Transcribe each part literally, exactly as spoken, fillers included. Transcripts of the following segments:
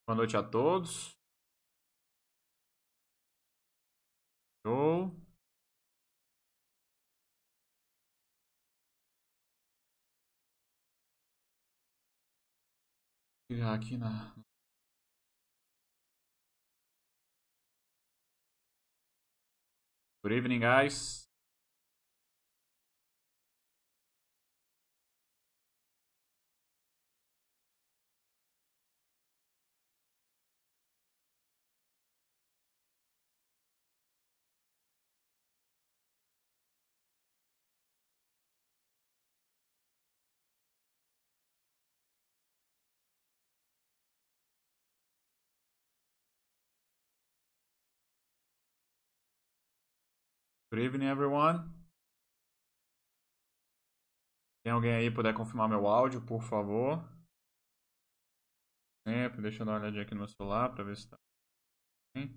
Boa noite a todos. Show. Ligar aqui na. Good evening, guys. Good evening, everyone. Tem alguém aí puder confirmar meu áudio, por favor? Sempre, deixa eu dar uma olhadinha aqui no meu celular para ver se tá bem.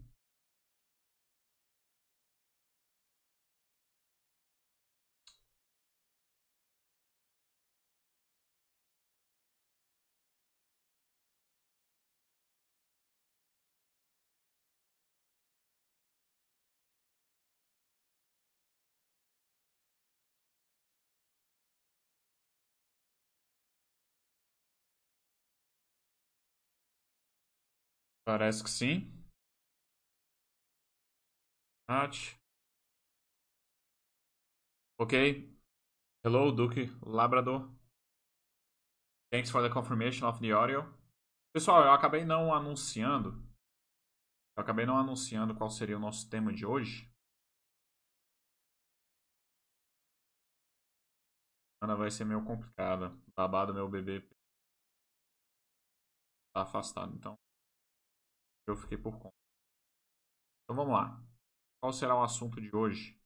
Parece que sim. Chat. Ok. Hello, Duque Labrador. Thanks for the confirmation of the audio. Pessoal, eu acabei não anunciando. Eu acabei não anunciando qual seria o nosso tema de hoje. Ana vai ser meio complicada. Babado meu bebê tá afastado, então eu fiquei por conta. Então vamos lá. Qual será o assunto de hoje?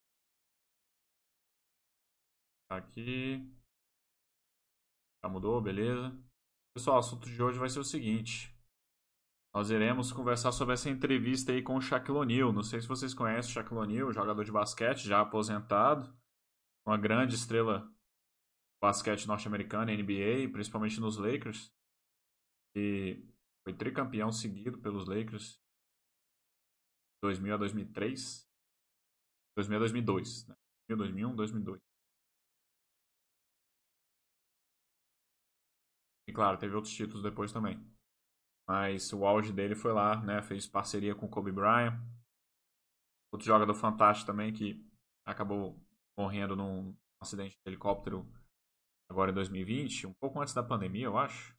Aqui. Já mudou, beleza? Pessoal, o assunto de hoje vai ser o seguinte. Nós iremos conversar sobre essa entrevista aí com o Shaquille O'Neal. Não sei se vocês conhecem o Shaquille O'Neal, jogador de basquete, já aposentado. Uma grande estrela do basquete norte-americano, N B A, principalmente nos Lakers. E foi tricampeão seguido pelos Lakers. dois mil a dois mil e três. dois mil a dois mil e dois, né? dois mil e um, dois mil e dois. E claro, teve outros títulos depois também. Mas o auge dele foi lá, né? Fez parceria com o Kobe Bryant. Outro jogador fantástico também que acabou morrendo num acidente de helicóptero agora em dois mil e vinte, um pouco antes da pandemia, eu acho.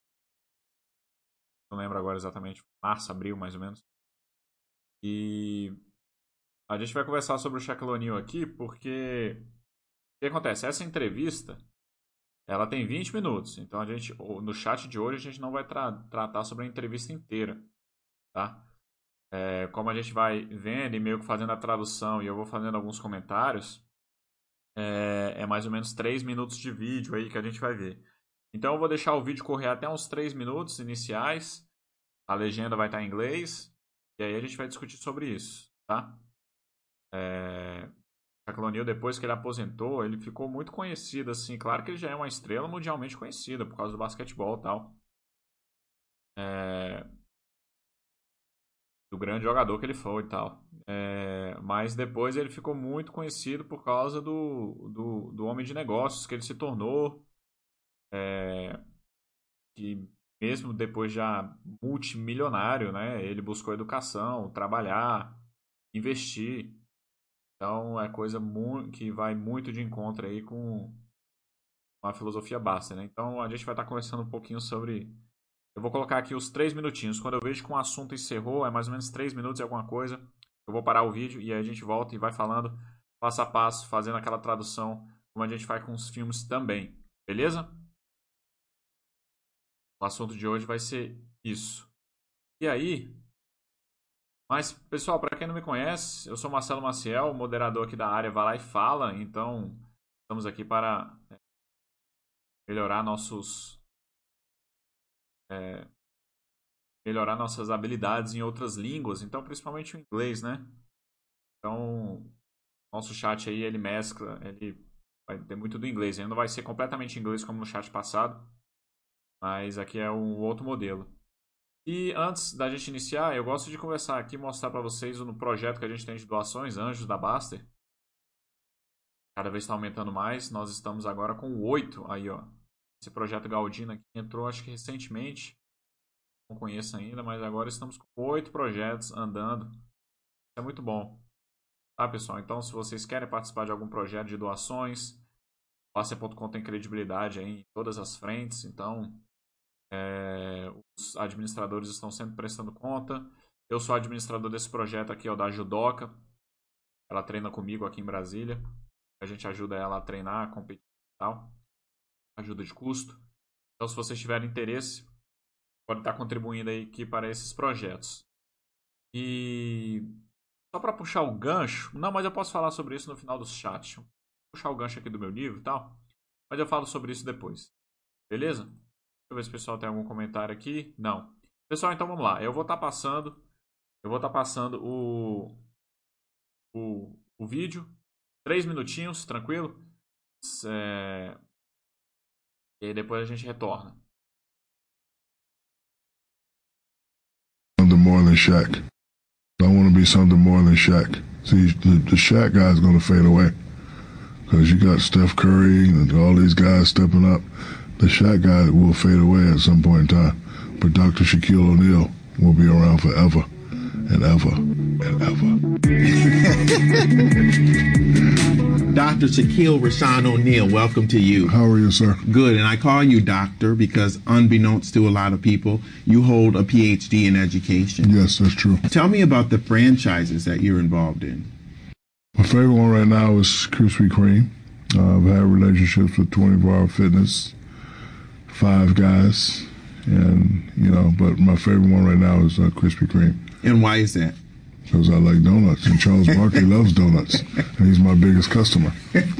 Não lembro agora exatamente, março, abril mais ou menos. E a gente vai conversar sobre o Shaquille O'Neal aqui porque o que acontece? Essa entrevista, ela tem vinte minutos. Então a gente, no chat de hoje, a gente não vai tra tratar sobre a entrevista inteira, tá? É, como a gente vai vendo e meio que fazendo a tradução e eu vou fazendo alguns comentários, é, é mais ou menos três minutos de vídeo aí que a gente vai ver. Então eu vou deixar o vídeo correr até uns três minutos iniciais. A legenda vai estar em inglês. E aí a gente vai discutir sobre isso, tá? É... Shaquille O'Neal, depois que ele aposentou, ele ficou muito conhecido, assim. Claro que ele já é uma estrela mundialmente conhecida por causa do basquetebol e tal. É... Do grande jogador que ele foi e tal. É... Mas depois ele ficou muito conhecido por causa do, do, do homem de negócios que ele se tornou. É... Que mesmo depois já multimilionário, né? Ele buscou educação, trabalhar, investir. Então é coisa que vai muito de encontro aí com a filosofia Basta, né? Então a gente vai estar conversando um pouquinho sobre. Eu vou colocar aqui os três minutinhos. Quando eu vejo que um assunto encerrou, é mais ou menos três minutos e alguma coisa. Eu vou parar o vídeo e aí a gente volta e vai falando passo a passo, fazendo aquela tradução, como a gente faz com os filmes também. Beleza? O assunto de hoje vai ser isso. E aí, mas pessoal, para quem não me conhece, eu sou Marcelo Maciel, moderador aqui da área Vai Lá e Fala. Então, estamos aqui para melhorar nossos é, melhorar nossas habilidades em outras línguas, então principalmente o inglês, né? Então, nosso chat aí ele mescla, ele vai ter muito do inglês. Ele não vai ser completamente inglês como no chat passado, mas aqui é um outro modelo. E antes da gente iniciar, eu gosto de conversar aqui, mostrar para vocês no projeto que a gente tem de doações, Anjos da Baster. Cada vez está aumentando mais. Nós estamos agora com oito aí, ó. Esse projeto Galdino aqui entrou, acho que recentemente. Não conheço ainda, mas agora estamos com oito projetos andando. Isso é muito bom. Tá, pessoal? Então, se vocês querem participar de algum projeto de doações, Baster ponto com tem credibilidade aí em todas as frentes. Então, é, os administradores estão sempre prestando conta. Eu sou administrador desse projeto aqui, ó, da Judoca. Ela treina comigo aqui em Brasília. A gente ajuda ela a treinar, a competir e tal. Ajuda de custo. Então, se vocês tiverem interesse, pode estar contribuindo aí aqui para esses projetos. E só para puxar o gancho, não, mas eu posso falar sobre isso no final do chat. Vou puxar o gancho aqui do meu livro e tal, mas eu falo sobre isso depois. Beleza? Deixa eu ver se o pessoal tem algum comentário aqui. Não. Pessoal, então vamos lá. Eu vou estar passando, eu vou estar passando o, o, o vídeo. Três minutinhos, tranquilo? É... E aí depois a gente retorna. Something more than Shaq. I want to be something more than Shaq. See, the, the Shaq guy is going to fade away because you got Steph Curry and all these guys stepping up. The Shaq guy will fade away at some point in time, but Doctor Shaquille O'Neal will be around forever and ever and ever. Doctor Shaquille Rashawn O'Neal, welcome to you. How are you, sir? Good, and I call you doctor because unbeknownst to a lot of people, you hold a P H D in education. Yes, that's true. Tell me about the franchises that you're involved in. My favorite one right now is Krispy Kreme. Uh, I've had relationships with twenty-four hour Fitness, Five Guys, and, you know, but my favorite one right now is uh, Krispy Kreme. And why is that? Because I like donuts, and Charles Barkley loves donuts, and he's my biggest customer.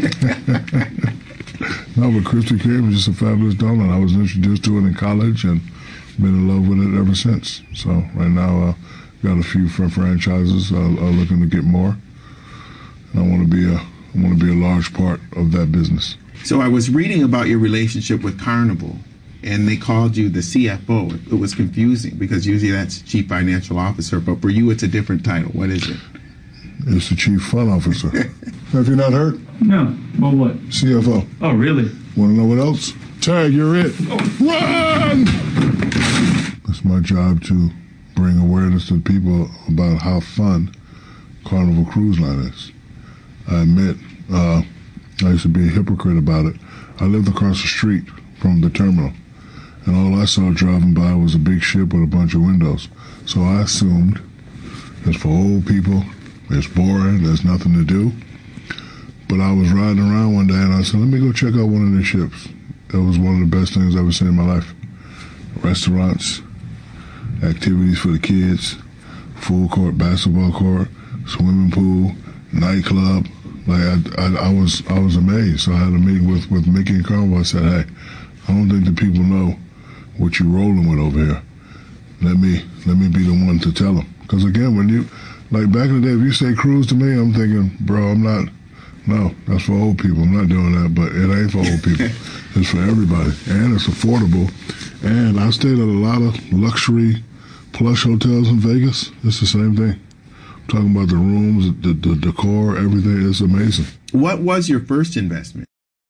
No, but Krispy Kreme is just a fabulous donut. I was introduced to it in college and been in love with it ever since. So right now, uh, got a few fr- franchises. Uh, uh, looking to get more. And I want to be a, I want to be a large part of that business. So I was reading about your relationship with Carnival, and they called you the C F O. It was confusing because usually that's Chief Financial Officer, but for you it's a different title. What is it? It's the Chief Fun Officer. Have you not heard? No. Well, what? C F O. Oh, really? Want to know what else? Tag, you're it. Run! It's my job to bring awareness to people about how fun Carnival Cruise Line is. I admit, uh, I used to be a hypocrite about it. I lived across the street from the terminal, and all I saw driving by was a big ship with a bunch of windows. So I assumed it's for old people, it's boring, there's nothing to do. But I was riding around one day and I said, let me go check out one of these ships. It was one of the best things I've ever seen in my life. Restaurants, activities for the kids, full court basketball court, swimming pool, nightclub. Like I, I, I was, I was amazed. So I had a meeting with, with Mickey and Carnival. I said, hey, I don't think the people know what you're rolling with over here. Let me, let me be the one to tell them. Because again, when you, like back in the day, if you say cruise to me, I'm thinking, bro, I'm not, no, that's for old people. I'm not doing that, but it ain't for old people. It's for everybody. And it's affordable. And I stayed at a lot of luxury plush hotels in Vegas. It's the same thing. I'm talking about the rooms, the, the decor, everything. It's amazing. What was your first investment?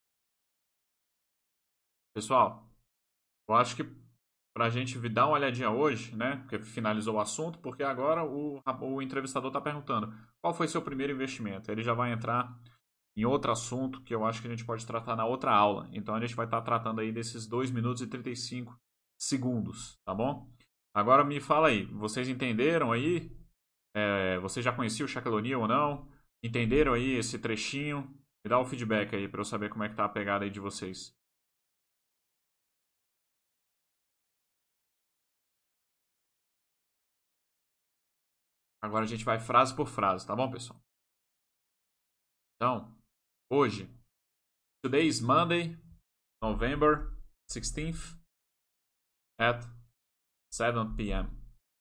Pessoal, eu acho que pra gente dar uma olhadinha hoje, né? Porque finalizou o assunto, porque agora o, o entrevistador tá perguntando qual foi seu primeiro investimento. Ele já vai entrar em outro assunto que eu acho que a gente pode tratar na outra aula. Então a gente vai estar tratando aí desses dois minutos e trinta e cinco segundos, tá bom? Agora me fala aí, vocês entenderam aí? É, vocês já conheciam o Shaquille O'Neal ou não? Entenderam aí esse trechinho? Me dá o feedback aí pra eu saber como é que tá a pegada aí de vocês. Agora a gente vai frase por frase, tá bom, pessoal? Então, hoje, today is Monday, November sixteenth, at seven p m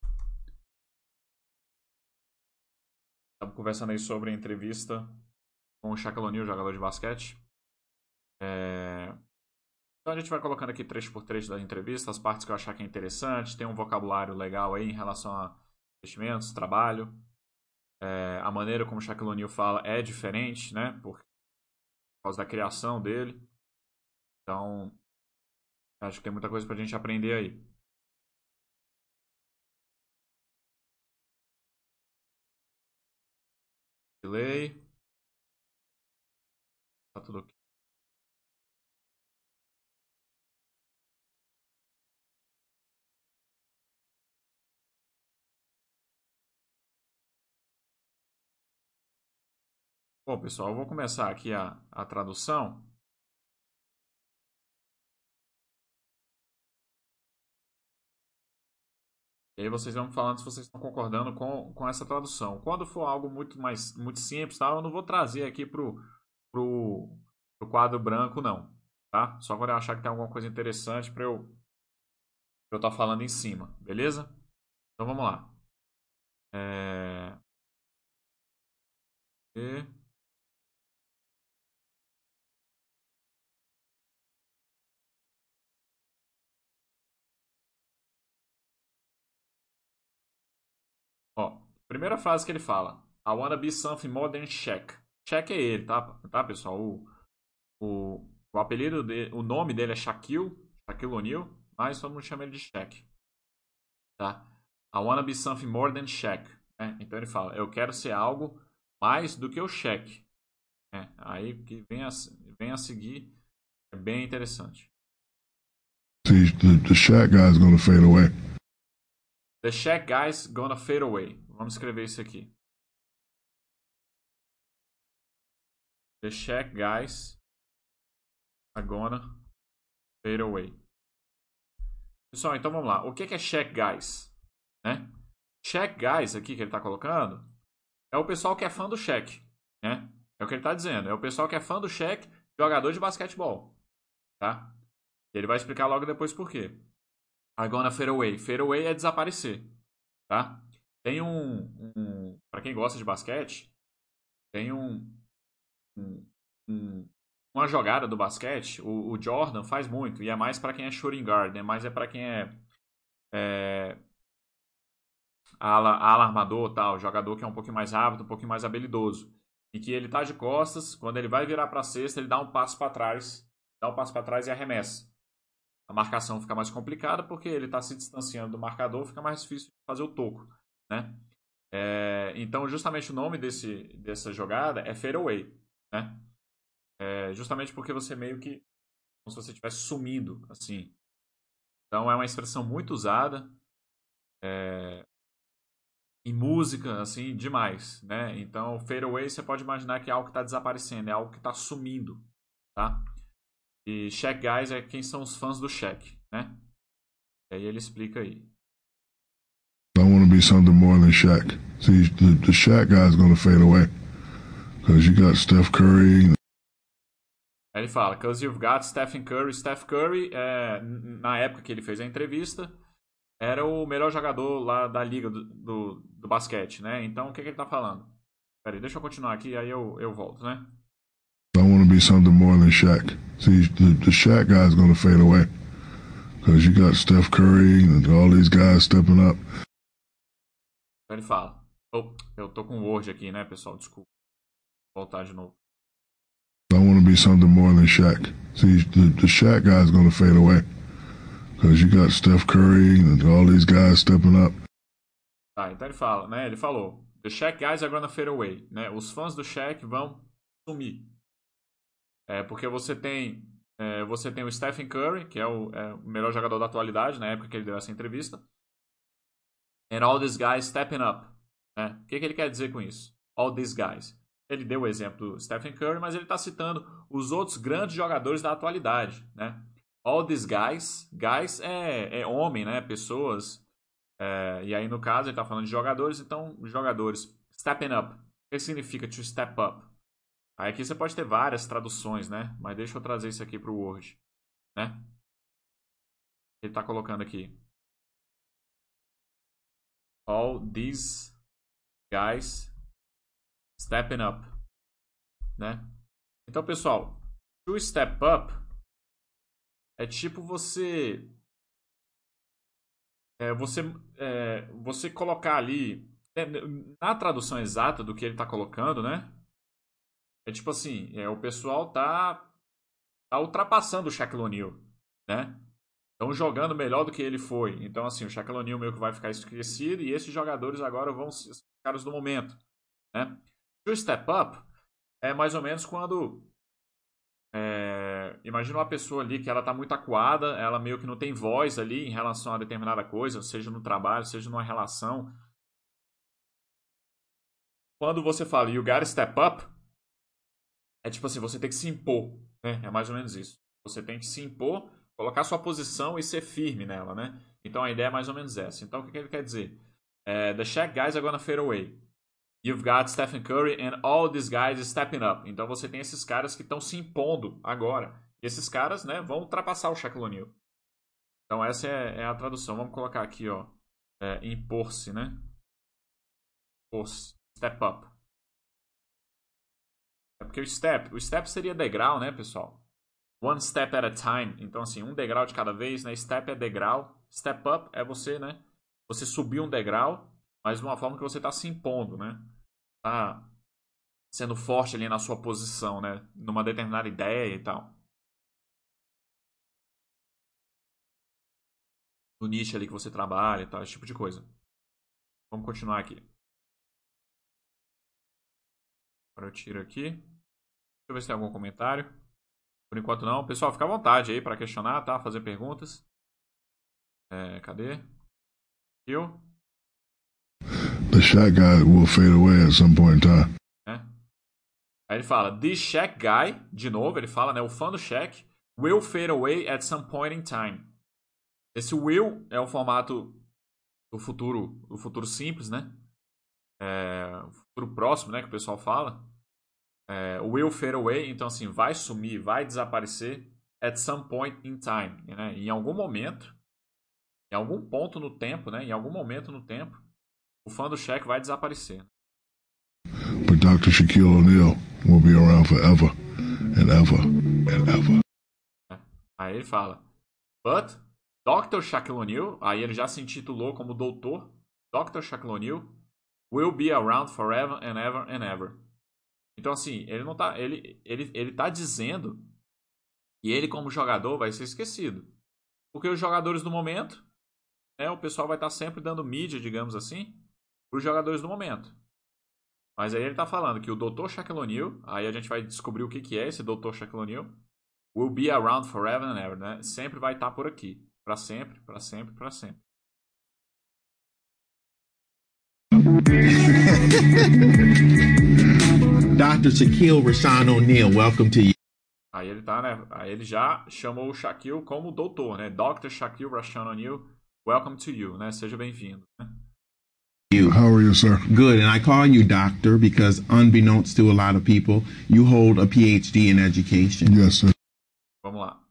Estamos conversando aí sobre a entrevista com o Shaquille O'Neal, jogador de basquete. É... Então a gente vai colocando aqui trecho por trecho da entrevista, as partes que eu achar que é interessante, tem um vocabulário legal aí em relação a investimentos, trabalho. É, a maneira como o Shaquille O'Neal fala é diferente, né? Por causa da criação dele. Então, acho que tem muita coisa pra gente aprender aí. Delay. Tá tudo ok. Bom, pessoal, eu vou começar aqui a, a tradução. E aí vocês vão me falando se vocês estão concordando com, com essa tradução. Quando for algo muito mais muito simples, tá? Eu não vou trazer aqui pro, pro, pro quadro branco, não. Tá? Só quando eu achar que tem alguma coisa interessante para eu eu estar falando em cima, beleza? Então vamos lá. É... E... Ó, primeira frase que ele fala. I wanna be something more than Shaq. Shaq é ele, tá, tá pessoal? O, o, o apelido dele, o nome dele é Shaquille, Shaquille O'Neal, mas todo mundo chama ele de Shaq. Tá? I wanna be something more than Shaq. Né? Então ele fala, eu quero ser algo mais do que o Shaq. É, aí que vem a, vem a seguir é bem interessante. See, the, the Shaq guy's gonna fade away. The Shaq guy's gonna fade away. Vamos escrever isso aqui. The Shaq guys are gonna fade away. Pessoal, então vamos lá. O que é Shaq guys? Né? Shaq guys aqui que ele está colocando é o pessoal que é fã do Shaq. Né? É o que ele está dizendo. É o pessoal que é fã do Shaq, jogador de basquetebol. Tá? E ele vai explicar logo depois por quê. Are gonna fade away. Fade away é desaparecer. Tá? Tem um... um para quem gosta de basquete, tem um... um, um uma jogada do basquete, o, o Jordan faz muito, e é mais para quem é shooting guard, né? Mas é para quem é, é ala, ala armador, tal, jogador que é um pouquinho mais rápido, um pouquinho mais habilidoso. E que ele tá de costas, quando ele vai virar para a cesta, ele dá um passo para trás, dá um passo para trás e arremessa. A marcação fica mais complicada porque ele está se distanciando do marcador, fica mais difícil de fazer o toco, né? É, então, justamente o nome desse, dessa jogada é fadeaway, né? É, justamente porque você meio que como se você estivesse sumindo, assim. Então é uma expressão muito usada é, em música, assim, demais, né? Então, fade away você pode imaginar que é algo que está desaparecendo, é algo que está sumindo, tá? E Shaq Guys é quem são os fãs do Shaq, né? E aí ele explica aí. I want to be something more than Shaq. See, the, the Shaq guy's gonna fade away because you got Steph Curry. Aí ele fala, because you've got Stephen Curry. Steph Curry, é, na época que ele fez a entrevista, era o melhor jogador lá da liga do, do, do basquete, né? Então, o que, que ele tá falando? Peraí, deixa eu continuar aqui, aí eu, eu volto, né? I want to be something more than Shaq. See, the, the Shaq guy's gonna fade away because you got Steph Curry and all these guys stepping up. Então ele fala, oh, eu tô com o Word aqui, né, pessoal? Desculpa. Vou voltar de novo. I want to be something more than Shaq. See, the, the Shaq guy's gonna fade away because you got Steph Curry and all these guys stepping up. Tá, então ele fala, né? Ele falou, the Shaq guys are gonna fade away, né? Os fãs do Shaq vão sumir. É, porque você tem, é, você tem o Stephen Curry, que é o, é o melhor jogador da atualidade, na época que ele deu essa entrevista. And all these guys stepping up. Né? O que, que ele quer dizer com isso? All these guys. Ele deu o exemplo do Stephen Curry, mas ele está citando os outros grandes jogadores da atualidade, né? All these guys, guys é, é homem, né? Pessoas. É, e aí, no caso, ele está falando de jogadores, então, jogadores. Stepping up. O que significa to step up? Aí aqui você pode ter várias traduções, né? Mas deixa eu trazer isso aqui para o Word, né? Ele está colocando aqui. All these guys stepping up, né? Então, pessoal, to step up é tipo você... É, você, é, você colocar ali... É, na tradução exata do que ele tá colocando, né? É tipo assim, é, o pessoal tá, tá ultrapassando o Shaquille O'Neal, né? Estão jogando melhor do que ele foi. Então, assim, o Shaquille O'Neal meio que vai ficar esquecido e esses jogadores agora vão ser os caras do momento, né? O Step Up é mais ou menos quando... É, imagina uma pessoa ali que ela tá muito acuada, ela meio que não tem voz ali em relação a determinada coisa, seja no trabalho, seja numa relação. Quando você fala you gotta step up, é tipo assim, você tem que se impor, né? É mais ou menos isso. Você tem que se impor, colocar sua posição e ser firme nela, né? Então a ideia é mais ou menos essa. Então o que, que ele quer dizer? É, the Shaq guys are gonna fade away. You've got Stephen Curry and all these guys stepping up. Então você tem esses caras que estão se impondo agora. E esses caras, né, vão ultrapassar o Shaquille O'Neal. Então essa é, é a tradução. Vamos colocar aqui, ó, é, impor-se, né? Impor-se. Step up. É porque o step, o step seria degrau, né, pessoal? One step at a time. Então, assim, um degrau de cada vez, né? Step é degrau. Step up é você, né? Você subir um degrau, mas de uma forma que você está se impondo, né? Tá sendo forte ali na sua posição, né? Numa determinada ideia e tal. No nicho ali que você trabalha e tal, esse tipo de coisa. Vamos continuar aqui. Agora eu tiro aqui. Deixa eu ver se tem algum comentário. Por enquanto não. Pessoal, fica à vontade aí para questionar, tá? Fazer perguntas. É, cadê? Eu? The Shaq guy will fade away at some point in time. É. Aí ele fala, the Shaq guy, de novo, ele fala, né? O fã do Shaq will fade away at some point in time. Esse will é o formato do futuro, do futuro simples, né? É, o futuro próximo, né? Que o pessoal fala. É, will fade away, então assim, vai sumir, vai desaparecer at some point in time, né? Em algum momento, em algum ponto no tempo, né? Em algum momento no tempo, o fã do Shaq vai desaparecer. But doutor Shaquille O'Neal will be around forever and ever and ever. Aí ele fala, but doutor Shaquille O'Neal, aí ele já se intitulou como doutor, doutor Shaquille O'Neal will be around forever and ever and ever. Então assim, ele não tá, ele, ele, ele tá dizendo que ele como jogador vai ser esquecido. Porque os jogadores do momento, né, o pessoal vai estar sempre dando mídia, digamos assim, para os jogadores do momento. Mas aí ele tá falando que o doutor Shaquille O'Neal, aí a gente vai descobrir o que, que é esse doutor Shaquille O'Neal, will be around forever and ever, né? Sempre vai estar por aqui. Para sempre, para sempre, para sempre. doutor Shaquille Rashawn O'Neal, welcome to you. Aí ele tá, né? Aí ele já chamou o Shaquille como doutor, né? doutor Shaquille Rashawn O'Neal, welcome to you, né? Seja bem-vindo, né? You. How are you, sir? Good, and I call you doctor because unbeknownst to a lot of people, you hold a P H D in education. Yes, sir. Vamos lá.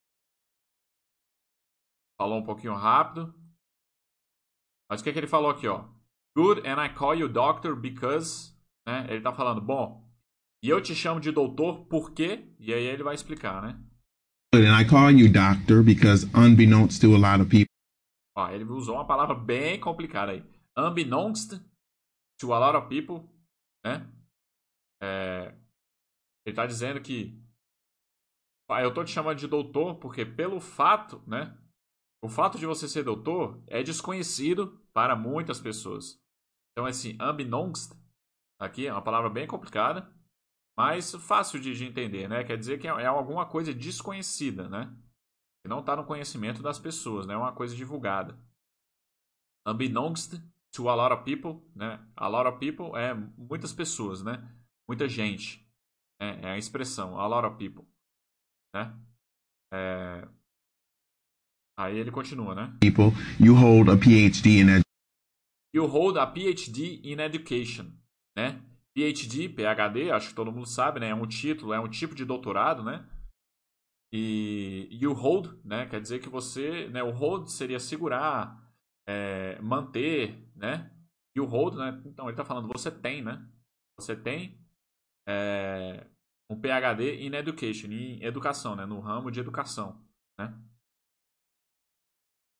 Falou um pouquinho rápido. Mas o que, é que ele falou aqui, ó? Good, and I call you doctor because... Né? Ele tá falando, bom, e eu te chamo de doutor por quê? E aí ele vai explicar, né? Good, and I call you doctor because unbeknownst to a lot of people... Ó, ele usou uma palavra bem complicada aí. Unbeknownst to a lot of people, né? É, ele tá dizendo que eu tô te chamando de doutor porque pelo fato, né? O fato de você ser doutor é desconhecido para muitas pessoas. Então, esse unbeknownst aqui é uma palavra bem complicada, mas fácil de, de entender, né? Quer dizer que é, é alguma coisa desconhecida, né? Que não está no conhecimento das pessoas, né? É uma coisa divulgada. Unbeknownst to a lot of people, né? A lot of people é muitas pessoas, né? Muita gente. Né? É a expressão, a lot of people, né? É... Aí ele continua, né? People, you hold a P H D in education. You hold a P H D in education, né? P H D, P H D, acho que todo mundo sabe, né? É um título, é um tipo de doutorado, né? E you hold, né? Quer dizer que você, né? O hold seria segurar, é, manter, né? You hold, né? Então ele está falando, você tem, né? Você tem é, um P H D in education, em educação, né? No ramo de educação, né?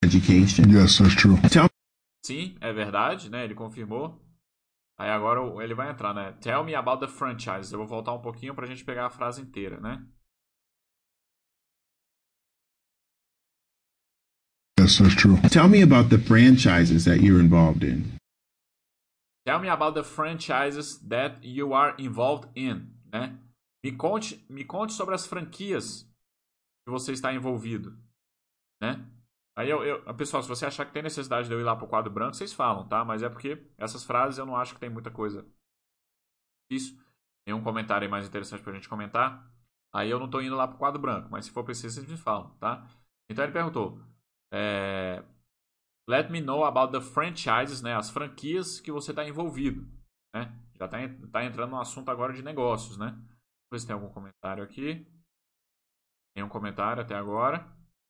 education. Yes, that's true. Tell Sim, é verdade, né? Ele confirmou. Aí agora ele vai entrar, né? Tell me about the franchise. Eu vou voltar um pouquinho pra gente pegar a frase inteira, né? Yes, that's true. Tell me about the franchises that you're involved in. Tell me about the franchises that you are involved in, né? Me conte, me conte sobre as franquias que você está envolvido, né? Aí eu, eu, pessoal, se você achar que tem necessidade de eu ir lá pro quadro branco, vocês falam, tá? Mas é porque essas frases eu não acho que tem muita coisa. Isso. Tem um comentário aí mais interessante pra gente comentar. Aí eu não tô indo lá pro quadro branco, mas se for preciso, vocês me falam, tá? Então ele perguntou: é, Let me know about the franchises, né? As franquias que você está envolvido, né? Já tá, tá entrando no assunto agora de negócios, né? Vamos ver se tem algum comentário aqui. Tem um comentário até agora.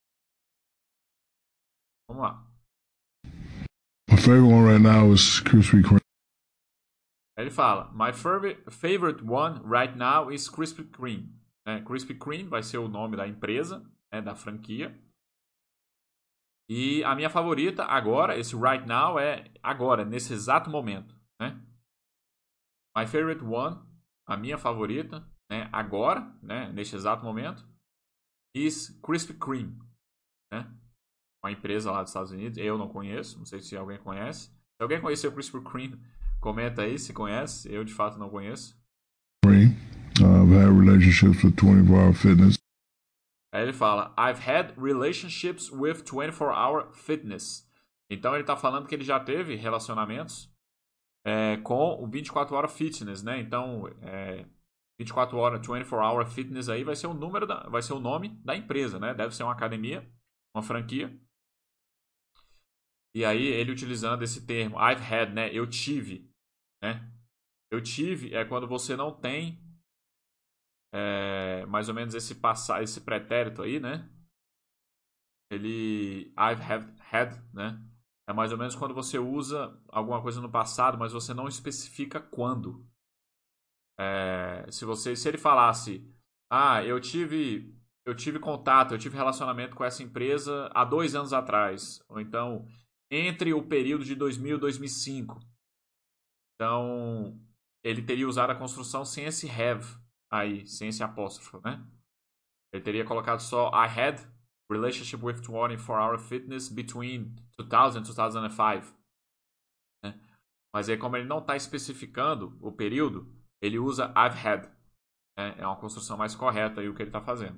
Vamos lá. My favorite one right now is Krispy Kreme. Aí ele fala: My favorite, favorite one right now is Krispy Kreme. É, Krispy Kreme vai ser o nome da empresa, né, da franquia. E a minha favorita agora, esse right now, é agora, nesse exato momento, né? My favorite one, a minha favorita, né, agora, né, neste exato momento, is Krispy Kreme, né? Uma empresa lá dos Estados Unidos, eu não conheço, não sei se alguém conhece. Se alguém conheceu o Krispy Kreme, comenta aí se conhece, eu de fato não conheço. Uh, I've had relationships with twenty-four hour fitness. Aí ele fala: I've had relationships with twenty-four hour fitness. Então ele está falando que ele já teve relacionamentos é, com o vinte e quatro hour fitness, né? Então, é, vinte e quatro horas, twenty-four hour fitness aí vai ser o número da, vai ser o nome da empresa, né? Deve ser uma academia, uma franquia. E aí ele utilizando esse termo, I've had, né? Eu tive, né? Eu tive é quando você não tem é, mais ou menos esse passar, esse pretérito aí, né? Ele I've have had, né? É mais ou menos quando você usa alguma coisa no passado, mas você não especifica quando. É, se você, se ele falasse, ah, eu tive, eu tive contato, eu tive relacionamento com essa empresa há dois anos atrás, ou então entre o período de dois mil e dois mil e cinco. Então ele teria usado a construção sem esse have aí, sem esse apóstrofo, né? Ele teria colocado só I had relationship with twenty-four hour fitness between two thousand and two thousand five. Né? Mas aí, como ele não está especificando o período, ele usa I've had. Né? É uma construção mais correta aí o que ele está fazendo.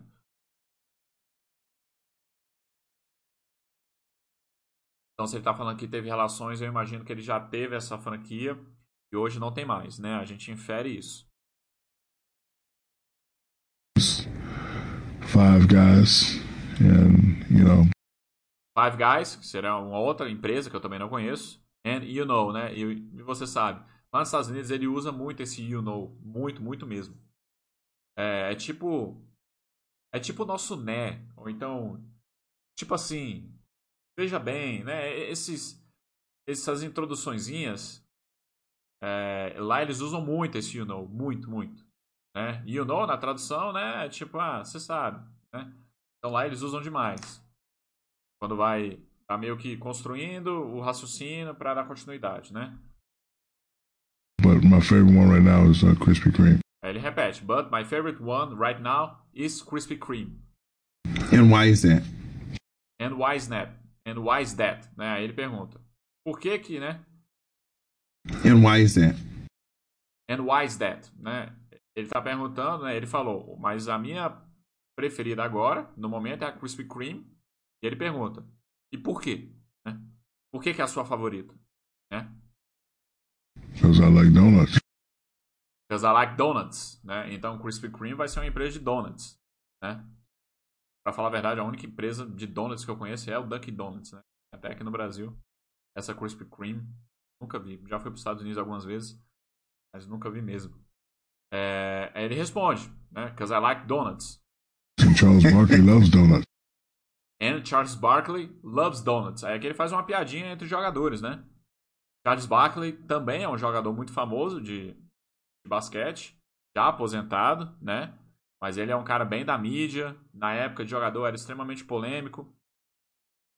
Então, se ele está falando que teve relações, eu imagino que ele já teve essa franquia e hoje não tem mais, né? A gente infere isso. Five Guys, and you know. Five Guys, que será uma outra empresa que eu também não conheço, and you know, né? E, e você sabe, lá nos Estados Unidos ele usa muito esse you know, muito, muito mesmo. É, é tipo, é tipo o nosso né, ou então, tipo assim, veja bem, né? Esses, essas introduçõezinhas, é, lá eles usam muito esse you know, muito, muito. Né? You know, na tradução, né? É tipo, ah, você sabe, né? Então lá eles usam demais. Quando vai, tá meio que construindo o raciocínio para dar continuidade, né? But my favorite one right now is uh, Krispy Kreme. Aí ele repete, but my favorite one right now is Krispy Kreme. And why is that? And why is that? And why is that? Né? Aí ele pergunta, por que que, né? And why is that? And why is that? Né? Ele tá perguntando, né? Ele falou, mas a minha preferida agora, no momento, é a Krispy Kreme. E ele pergunta, e por quê? Né? Por que que é a sua favorita? Né? Because I like donuts. Because I like donuts. Né? Então, Krispy Kreme vai ser uma empresa de donuts. Né? Pra falar a verdade, a única empresa de donuts que eu conheço é o Dunkin' Donuts. Né? Até aqui no Brasil, essa Krispy Kreme, nunca vi. Já fui para os Estados Unidos algumas vezes, mas nunca vi mesmo. É, aí ele responde, né? Because I like donuts. And Charles Barkley loves donuts. And Charles Barkley loves donuts. Aí aqui ele faz uma piadinha entre os jogadores, né? Charles Barkley também é um jogador muito famoso de, de basquete, já aposentado, né? Mas ele é um cara bem da mídia. Na época de jogador era extremamente polêmico.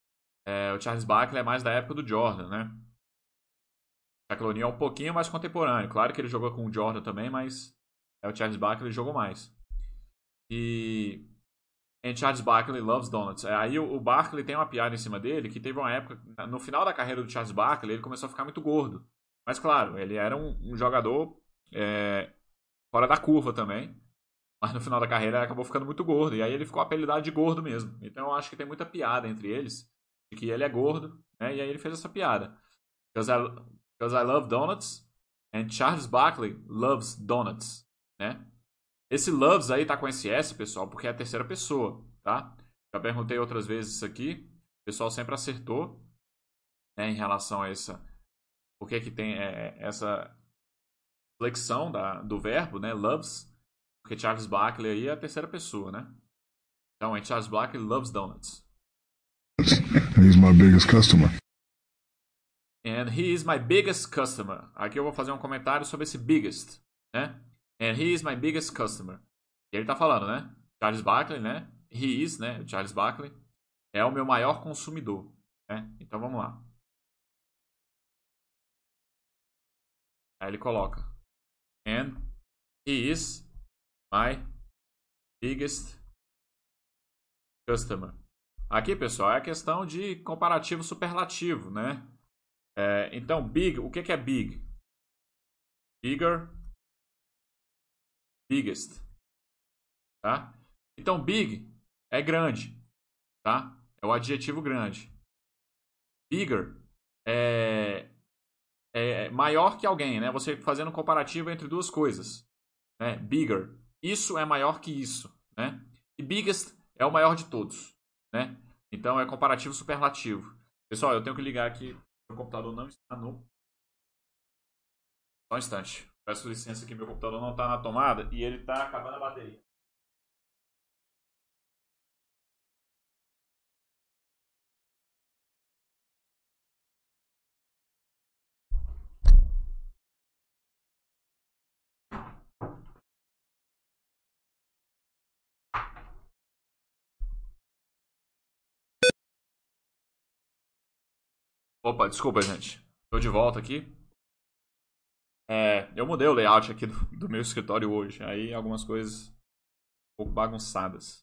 É, o Charles Barkley é mais da época do Jordan, né? O Shaquille O'Neal é um pouquinho mais contemporâneo. Claro que ele jogou com o Jordan também, mas é, o Charles Barkley jogou mais. E... And Charles Barkley loves donuts. Aí o, o Barkley tem uma piada em cima dele, que teve uma época, no final da carreira do Charles Barkley, ele começou a ficar muito gordo. Mas claro, ele era um, um jogador é, fora da curva também. Mas no final da carreira ele acabou ficando muito gordo. E aí ele ficou apelidado de gordo mesmo. Então eu acho que tem muita piada entre eles, de que ele é gordo, né? E aí ele fez essa piada. Because I, because I love donuts, and Charles Barkley loves donuts, né? Esse loves aí tá com esse S, pessoal, porque é a terceira pessoa, tá? Já perguntei outras vezes isso aqui. O pessoal sempre acertou, né, em relação a essa... Por que que tem é, essa flexão da, do verbo, né? Loves. Porque Charles Barkley aí é a terceira pessoa, né? Então, é Charles Barkley loves donuts. And he's my biggest customer. And he is my biggest customer. Aqui eu vou fazer um comentário sobre esse biggest, né? And he is my biggest customer. E ele tá falando, né? Charles Barkley, né? He is, né? Charles Barkley é o meu maior consumidor, né? Então vamos lá. Aí ele coloca. And he is my biggest customer. Aqui, pessoal, é a questão de comparativo superlativo, né? É, então, big, o que que é big? Bigger, biggest, tá? Então, big é grande, tá? É o adjetivo grande. Bigger é, é maior que alguém, né? Você fazendo um comparativo entre duas coisas, né? Bigger, isso é maior que isso, né? E biggest é o maior de todos, né? Então, é comparativo superlativo. Pessoal, eu tenho que ligar aqui. O computador não está no... Só um instante. Peço licença que meu computador não está na tomada e ele está acabando a bateria. Opa, desculpa, gente. Estou de volta aqui. É, eu mudei o layout aqui do, do meu escritório hoje. Aí algumas coisas um pouco bagunçadas.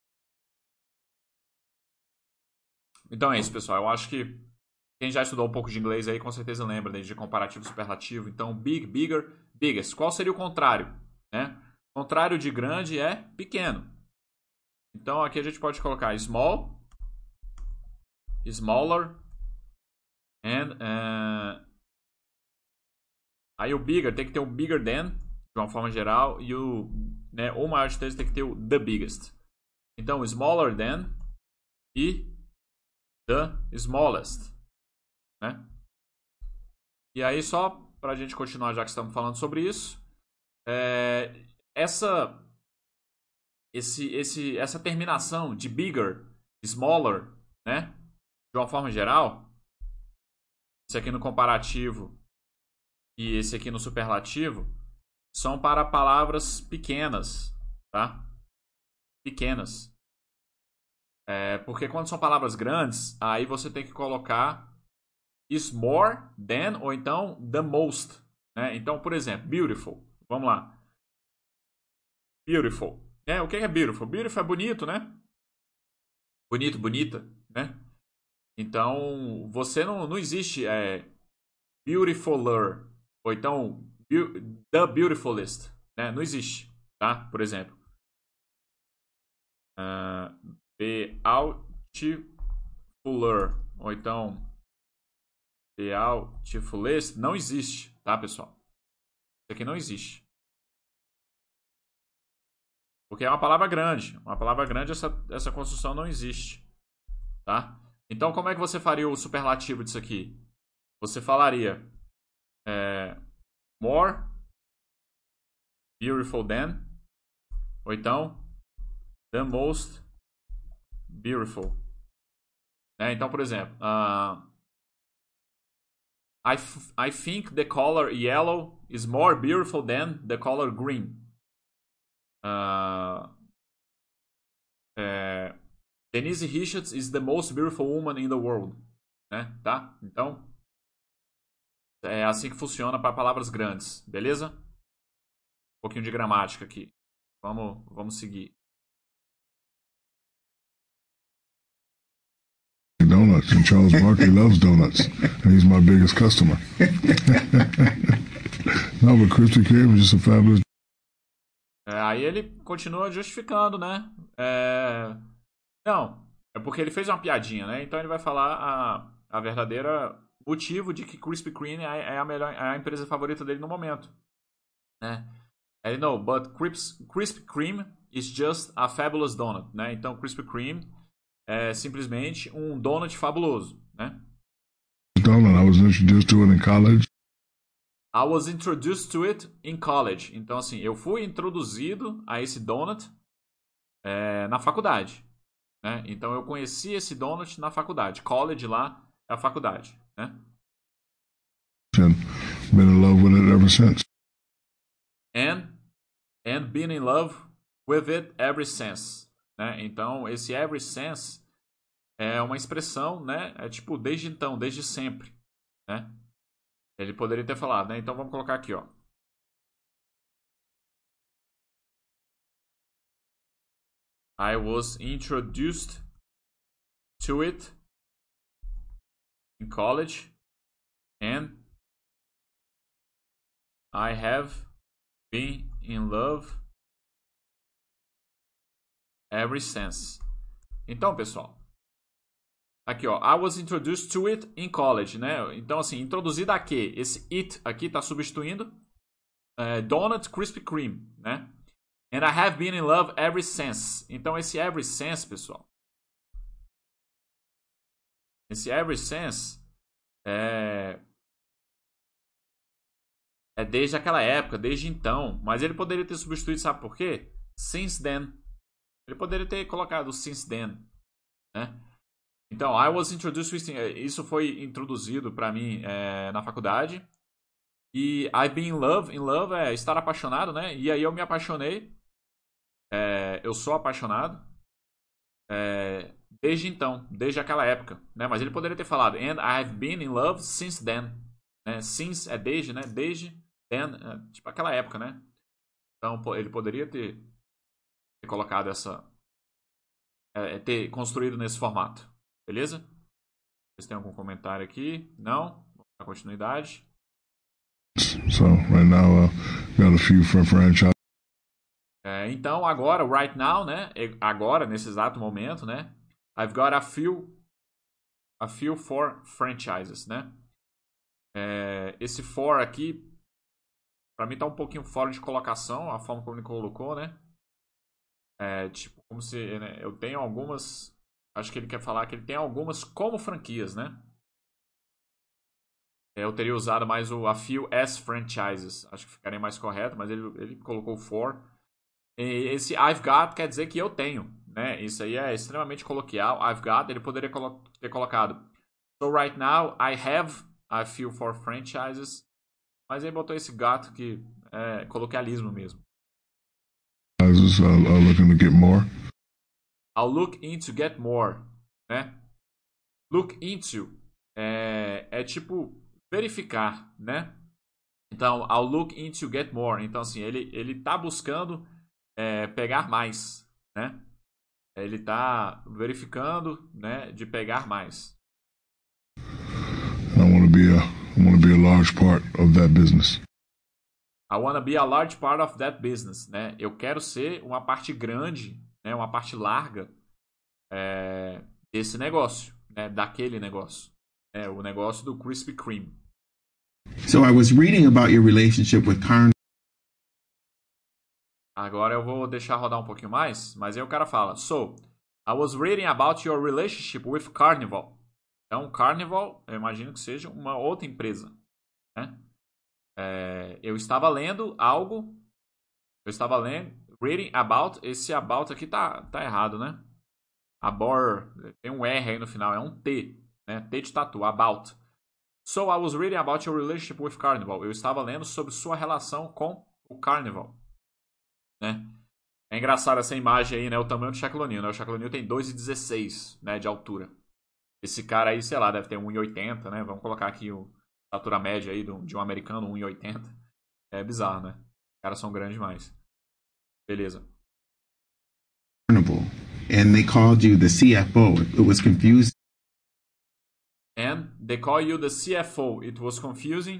Então é isso, pessoal. Eu acho que quem já estudou um pouco de inglês aí com certeza lembra, né, de comparativo superlativo. Então, big, bigger, biggest. Qual seria o contrário? Né? O contrário de grande é pequeno. Então aqui a gente pode colocar small, smaller, and uh, aí o bigger tem que ter o bigger than, de uma forma geral, e o, né, o maior de todos tem que ter o the biggest. Então, smaller than e the smallest, né? E aí, só para a gente continuar, já que estamos falando sobre isso, é, essa, esse, esse, essa terminação de bigger, smaller, né? De uma forma geral, isso aqui no comparativo e esse aqui no superlativo, são para palavras pequenas, tá? Pequenas. É, porque quando são palavras grandes, aí você tem que colocar is more than ou então the most, né? Então, por exemplo, beautiful. Vamos lá. Beautiful. É, o que é beautiful? Beautiful é bonito, né? Bonito, bonita, né? Então, você não, não existe é, beautifuler ou então the beautifulest, né? Não existe, tá? Por exemplo, uh, beautifuler ou então beautifulest não existe, tá, pessoal? Isso aqui não existe. Porque é uma palavra grande. Uma palavra grande, essa, essa construção não existe, tá? Então, como é que você faria o superlativo disso aqui? Você falaria é, more beautiful than, ou então the most beautiful. É, então, por exemplo, uh, I, f I think the color yellow is more beautiful than the color green. Uh, é, Denise Richards is the most beautiful woman in the world. Né? Tá? Então, é assim que funciona para palavras grandes. Beleza? Um pouquinho de gramática aqui. Vamos, vamos seguir. Donuts, and Charles Barkley loves donuts, and he's my biggest customer. No, but Krispy Kreme is just a fabulous. É, aí ele continua justificando, né? É... Não, é porque ele fez uma piadinha, né? Então ele vai falar a, a verdadeira motivo de que Krispy Kreme é, é a melhor, é a empresa favorita dele no momento, né? Ele não, but Krispy Kreme is just a fabulous donut, né? Então Krispy Kreme é simplesmente um donut fabuloso, né? Donut, I was introduced to it in college. I was introduced to it in college. Então, assim, eu fui introduzido a esse donut é, na faculdade, né? Então, eu conheci esse donut na faculdade. College lá é a faculdade, né? And been in love with it ever since. And, and been in love with it ever since. Né? Então, esse ever since é uma expressão, né? É tipo desde então, desde sempre, né? Ele poderia ter falado, né? Então vamos colocar aqui, ó. I was introduced to it in college and I have been in love ever since. Então, pessoal, aqui, ó, I was introduced to it in college, né? Então, assim, introduzido a quê? Esse it aqui tá substituindo é, Donut Krispy Kreme, né? And I have been in love ever since. Então, esse ever since, pessoal, esse ever since é, é desde aquela época, desde então. Mas ele poderia ter substituído, sabe por quê? Since then. Ele poderia ter colocado since then, né? Então, I was introduced to it. Isso foi introduzido para mim é, na faculdade. E I've been in love. In love é estar apaixonado, né? E aí eu me apaixonei. É, eu sou apaixonado. É, desde então, desde aquela época, né? Mas ele poderia ter falado and I've been in love since then, né? Since é desde, né? Desde then, é, tipo aquela época, né? Então ele poderia ter, ter colocado essa, é, ter construído nesse formato, beleza? Vocês têm algum comentário aqui? Não? Vamos dar continuidade. So right now, uh, got a few for franchise. É, então agora, right now, né? Agora nesse exato momento, né? I've got a few, a few for franchises, né? É, esse for aqui, pra mim tá um pouquinho fora de colocação, a forma como ele colocou, né? É, tipo, como se, né, eu tenho algumas, acho que ele quer falar que ele tem algumas como franquias, né? É, eu teria usado mais o a few as franchises, acho que ficaria mais correto, mas ele, ele colocou for. E esse I've got quer dizer que eu tenho, né? Isso aí é extremamente coloquial. I've got, ele poderia colo- ter colocado so right now I have a few for franchises, mas ele botou esse gato que é coloquialismo mesmo. I'll, I'll looking to get more. I'll look into get more, né? Look into é, é tipo verificar, né? Então, I'll look into get more. Então, assim, ele, ele tá buscando é, pegar mais, né? Ele tá verificando, né, de pegar mais. I want to be a, I want to be a large part of that business. I want to be a large part of that business, né? Eu quero ser uma parte grande, né, uma parte larga é, desse negócio, né, daquele negócio, né, o negócio do Krispy Kreme. So I was reading about your relationship with Carnival. Agora eu vou deixar rodar um pouquinho mais, mas aí o cara fala: So, I was reading about your relationship with Carnival. Então, Carnival, eu imagino que seja uma outra empresa, né? É, eu estava lendo algo, eu estava lendo, reading about, esse about aqui tá, tá errado, né? Abor, tem um R aí no final, é um T, né? T de tatu, about. So, I was reading about your relationship with Carnival. Eu estava lendo sobre sua relação com o Carnival, né? É engraçado essa imagem aí, né? O tamanho do Shaquille O'Neal, né? O Shaquille O'Neal tem dois e dezesseis, né, de altura. Esse cara aí, sei lá, deve ter um e oitenta, né? Vamos colocar aqui o, a altura média aí de um americano, um e oitenta. É bizarro, né? Os caras são grandes demais. Beleza. And they called you the C F O. It was confusing. And they call you the C F O. It was confusing.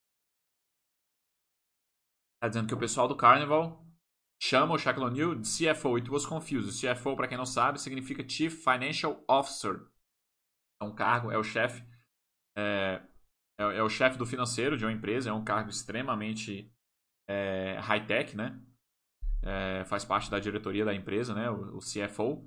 Tá dizendo que o pessoal do Carnival chama o Shaquille O'Neal de C F O. It was confusing. C F O, para quem não sabe, significa Chief Financial Officer. É um cargo, é o chefe, é, é, é o chefe do financeiro de uma empresa. É um cargo extremamente é, high-tech, né? É, faz parte da diretoria da empresa, né? O, o C F O.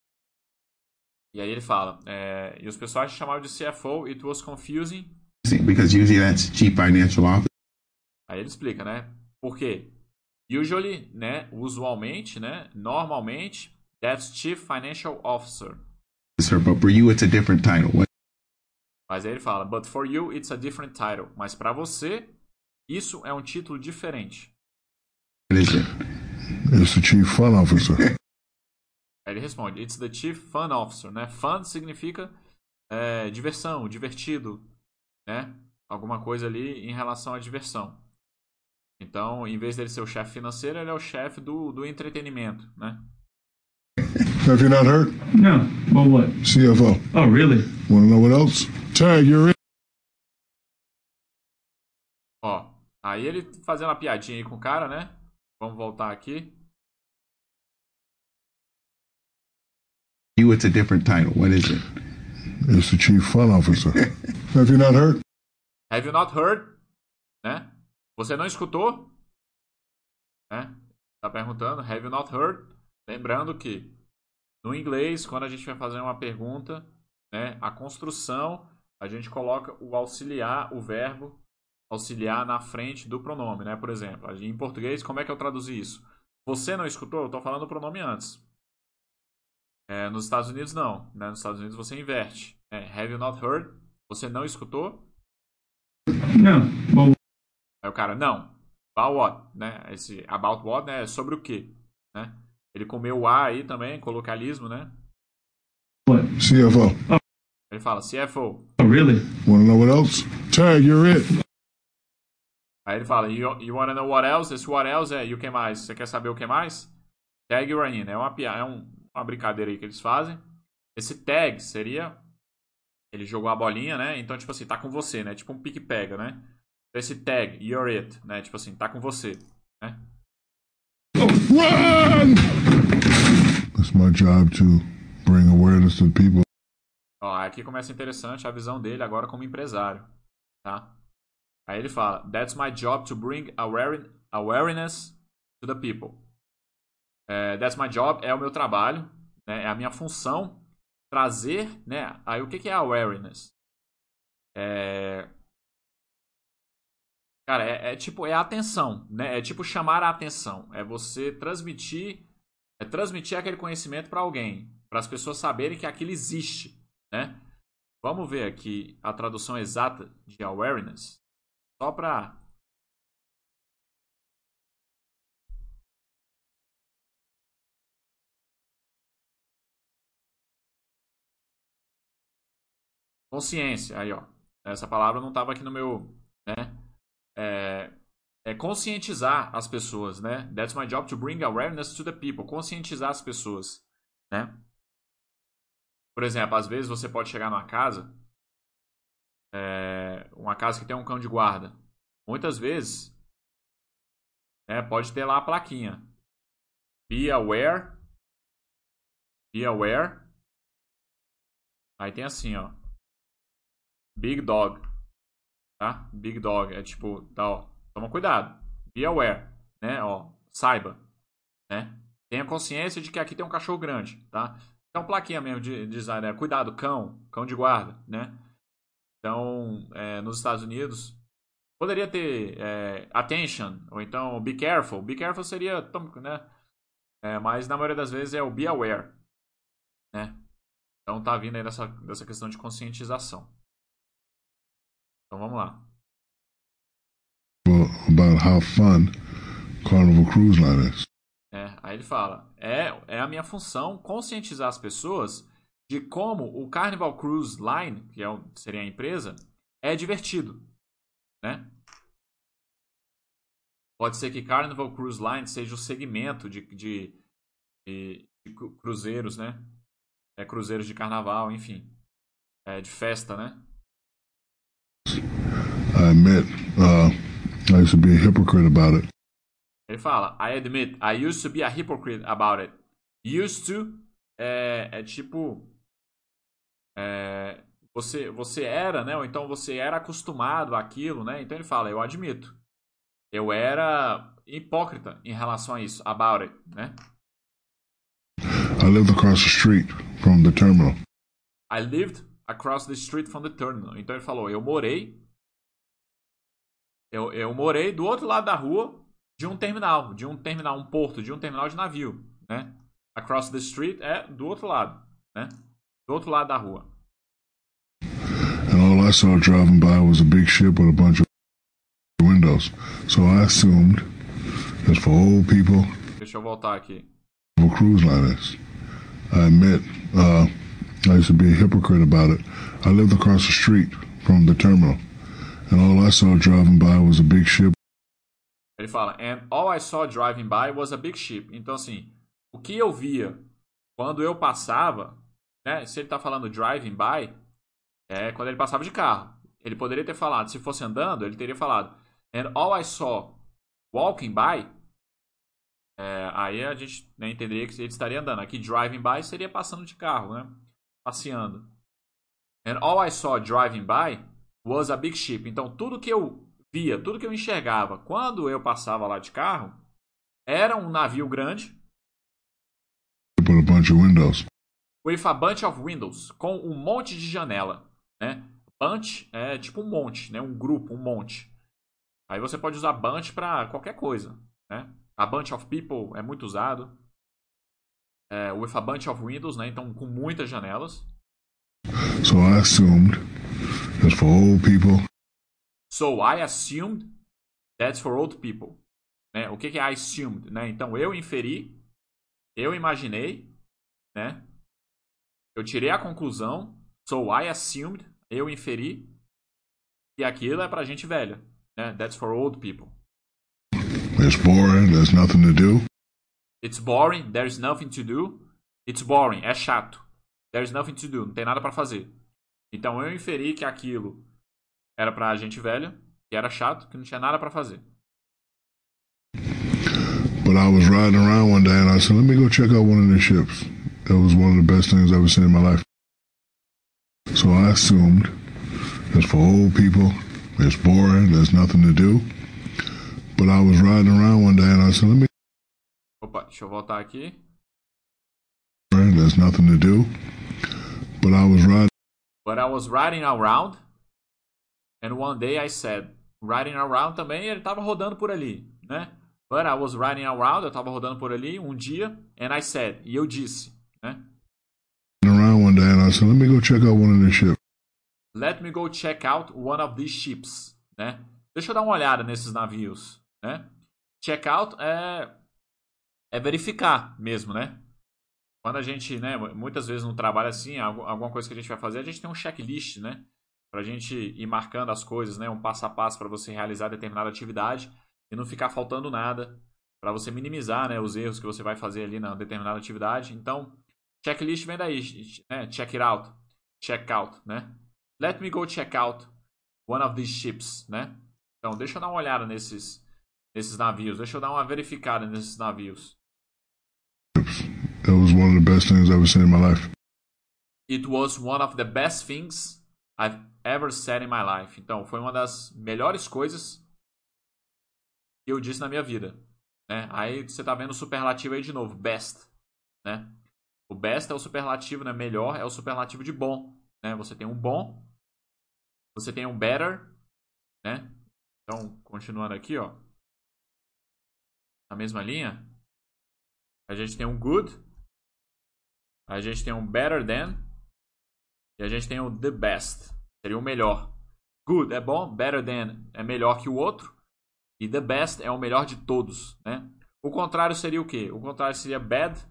E aí ele fala, é, e os pessoais chamavam de C F O, it was confusing. Because usually that's Chief Financial Officer. Aí ele explica, né? Por quê? Usually, né? Usualmente, né? Normalmente, that's Chief Financial Officer. But for you, it's a different title. What? Mas aí ele fala, but for you, it's a different title. Mas para você, isso é um título diferente. What is it? It's the Chief Fun Officer. Aí ele responde, it's the Chief Fun Officer, né? Fun significa é, diversão, divertido, né? Alguma coisa ali em relação à diversão. Então, em vez dele ser o chefe financeiro, ele é o chefe do, do entretenimento, né? Have you not heard? No. Well, what? C F O. Oh, really? Want to know what else? Tag, you're in. Ó, aí ele fazendo uma piadinha aí com o cara, né? Vamos voltar aqui. You, it's a different title. What is it? It's the Chief Fun Officer. Have you not heard? Have you not heard? Né? Você não escutou? Né? Tá perguntando, have you not heard? Lembrando que no inglês, quando a gente vai fazer uma pergunta, né, a construção, a gente coloca o auxiliar, o verbo auxiliar na frente do pronome, né? Por exemplo, em português, como é que eu traduzi isso? Você não escutou? Eu estou falando o pronome antes. É, nos Estados Unidos, não. Né? Nos Estados Unidos, você inverte. É, have you not heard? Você não escutou? No. Well, Aí o cara, não. About what? Né? Esse about what, né? É sobre o quê? Né? Ele comeu o A aí também, colocalismo, né? what? C F O. Ele fala C F O. Oh, really? Want to know what else? Tag, you're it. Aí ele fala, you, you wanna know what else? Esse what else é, e o que mais? Você quer saber o que mais? Tag you're in. É uma, é um, uma brincadeira aí que eles fazem. Esse tag seria, ele jogou a bolinha, né? Então, tipo assim, tá com você, né? Tipo um pique-pega, né? Esse tag, you're it, né? Tipo assim, tá com você, né? Run! It's my job to bring awareness to the people. Ó, aqui começa interessante a visão dele agora como empresário, tá? Aí ele fala, that's my job to bring aware awareness to the people. É, that's my job é o meu trabalho, né? É a minha função trazer, né? Aí o que que é awareness? É... Cara, é, é tipo, é a atenção, né? É tipo chamar a atenção. É você transmitir, é transmitir aquele conhecimento para alguém, para as pessoas saberem que aquilo existe, né? Vamos ver aqui a tradução exata de awareness, só para consciência. Aí, ó, essa palavra não estava aqui no meu, né? É, é conscientizar as pessoas, né? That's my job to bring awareness to the people. Conscientizar as pessoas, né? Por exemplo, às vezes você pode chegar numa casa, é, uma casa que tem um cão de guarda. Muitas vezes, né, pode ter lá a plaquinha. Be aware. Be aware. Aí tem assim, ó. Big dog. Tá? Big dog. É tipo, tá, ó. Toma cuidado. Be aware. Né? Ó, saiba. Né? Tenha consciência de que aqui tem um cachorro grande, tá? Então, plaquinha mesmo de design, né? Cuidado, cão, cão de guarda, né? Então, é, nos Estados Unidos, poderia ter é, attention, ou então be careful. Be careful seria, né? É, mas na maioria das vezes é o be aware, né? Então tá vindo aí dessa, dessa questão de conscientização. Então vamos lá. About how fun Carnival Cruise Line is. É, aí ele fala, é, é a minha função conscientizar as pessoas de como o Carnival Cruise Line, que é o, seria a empresa, é divertido, né? Pode ser que Carnival Cruise Line seja o segmento de, de, de, de cruzeiros, né? É cruzeiros de carnaval, enfim. É de festa, né? I admit, uh, I used to be a hypocrite about it. Ele fala, I admit, I used to be a hypocrite about it. Used to é, é tipo... É, você, você era, né? Ou então você era acostumado àquilo, né? Então ele fala, eu admito. Eu era hipócrita em relação a isso. About it, né? I lived across the street from the terminal. I lived across the street from the terminal. Então ele falou, eu morei... Eu, eu morei do outro lado da rua de um terminal. De um terminal, um porto, de um terminal de navio, né? Across the street é do outro lado, né? Do outro lado da rua. And all I saw driving by was a big ship with a bunch of windows. So I assumed that for old people, Deixa eu voltar aqui. a cruise line is. I admit, uh, I used to be a hypocrite about it. I lived across the street from the terminal. And all I saw driving by was a big ship. Ele fala, and all I saw driving by was a big ship. Então, assim, o que eu via quando eu passava, né? Se ele tá falando driving by, é quando ele passava de carro. Ele poderia ter falado, se fosse andando, ele teria falado, and all I saw walking by, é, aí a gente, né, entenderia que ele estaria andando. Aqui, driving by seria passando de carro, né? Passeando. And all I saw driving by was a big ship. Então, tudo que eu via, tudo que eu enxergava quando eu passava lá de carro era um navio grande With a bunch of windows. with a bunch of windows, com um monte de janela, né? Bunch é tipo um monte, né? Um grupo, um monte. Aí você pode usar bunch para qualquer coisa, né? A bunch of people é muito usado. É, with a bunch of windows, né? Então, com muitas janelas. So I assumed that for old people, So I assumed that's for old people. Né? O que, que é I assumed? Né? Então eu inferi, eu imaginei, né? Eu tirei a conclusão. So I assumed, eu inferi, que aquilo é pra gente velha. Né? That's for old people. it's boring, there's nothing to do. It's boring, there's nothing to do. It's boring, é chato. There's nothing to do, não tem nada pra fazer. Então eu inferi que aquilo era pra gente velha, que era chato, que não tinha nada pra fazer. But I was riding around one day and I said, let me go check out one of the ships. That was one of the best things I've ever seen in my life. So I assumed that for old people, it's boring, there's nothing to do. But I was riding around one day and I said, let me Opa, deixa eu voltar aqui. there's nothing to do. But I was riding But I was riding around, and one day I said, riding around também, ele tava rodando por ali, né? But I was riding around, eu tava rodando por ali um dia, and I said, e eu disse, né? around one day and I said, let me go check out one of the ships. Let me go check out one of these ships, né? Deixa eu dar uma olhada nesses navios, né? Check out é, é verificar mesmo, né? Quando a gente, né, muitas vezes no trabalho assim, alguma coisa que a gente vai fazer, a gente tem um checklist, né? Pra gente ir marcando as coisas, né? Um passo a passo para você realizar determinada atividade e não ficar faltando nada, para você minimizar, né, os erros que você vai fazer ali na determinada atividade. Então, checklist vem daí, né? Check it out, check out, né? Let me go check out one of these ships, né? Então, deixa eu dar uma olhada nesses, nesses navios, deixa eu dar uma verificada nesses navios. That was one of the best things I've ever seen in my life. It was one of the best things I've ever said in my life. Então, foi uma das melhores coisas que eu disse na minha vida, né? Aí você tá vendo o superlativo aí de novo, best, né? O best é o superlativo, né? Melhor é o superlativo de bom, né? Você tem um bom, você tem um better, né? Então, continuando aqui, ó, na mesma linha, a gente tem um good, a gente tem um better than e a gente tem o the best, seria o melhor. Good é bom, better than é melhor que o outro e the best é o melhor de todos, né? O contrário seria o quê? O contrário seria bad.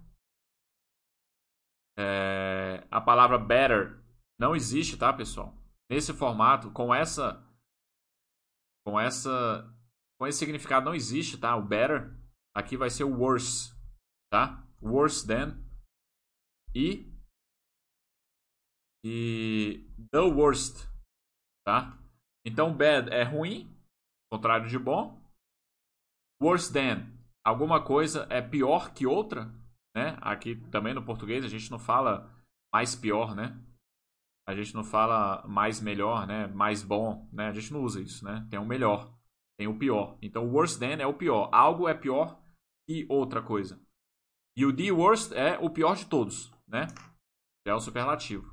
É, a palavra better não existe, tá, pessoal? Nesse formato, com essa, com essa, com esse significado não existe, tá? O better aqui vai ser o worse, tá? Worse than e e the worst, tá? Então bad é ruim, contrário de bom. Worse than, alguma coisa é pior que outra, né? Aqui também no português a gente não fala mais pior, né? A gente não fala mais melhor, né? Mais bom, né? A gente não usa isso, né? Tem o melhor, tem o pior. Então, worse than é o pior. Algo é pior que outra coisa. E o the worst é o pior de todos, né? É o superlativo.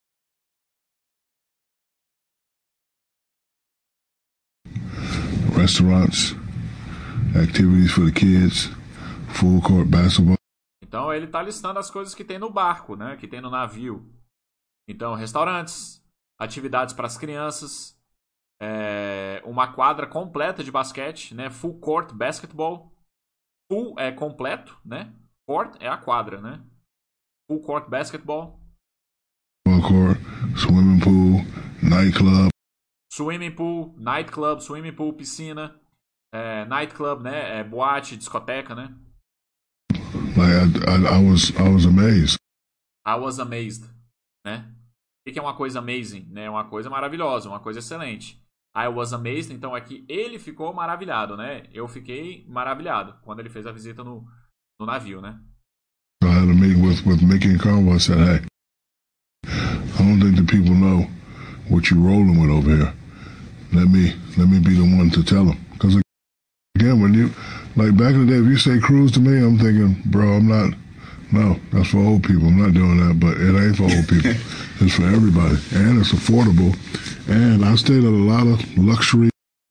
Restaurants, activities for the kids, full court basketball. Então, ele está listando as coisas que tem no barco, né? Que tem no navio. Então, restaurantes, atividades para as crianças, é, uma quadra completa de basquete, né? Full court basketball. Full é completo, né? Court é a quadra, né? Full court basketball. Full court, swimming pool, nightclub. Swimming pool, nightclub, swimming pool, piscina. É, nightclub, né? É boate, discoteca, né? Like I, I, I was, I was amazed. I was amazed, né? O que é uma coisa amazing? Né? Uma coisa maravilhosa, uma coisa excelente. I was amazed, então aqui ele ficou maravilhado, né? Eu fiquei maravilhado quando ele fez a visita no, no navio, né? I had a meeting with, with Mickey and Conway. I said, hey, I don't think the people know what you're rolling with over here. Let me, let me be the one to tell them. Because again, when you, like back in the day, if you say cruise to me, I'm thinking, bro, I'm not, no, that's for old people. I'm not doing that, but it ain't for old people. It's for everybody. And it's affordable. And I stayed at a lot of luxury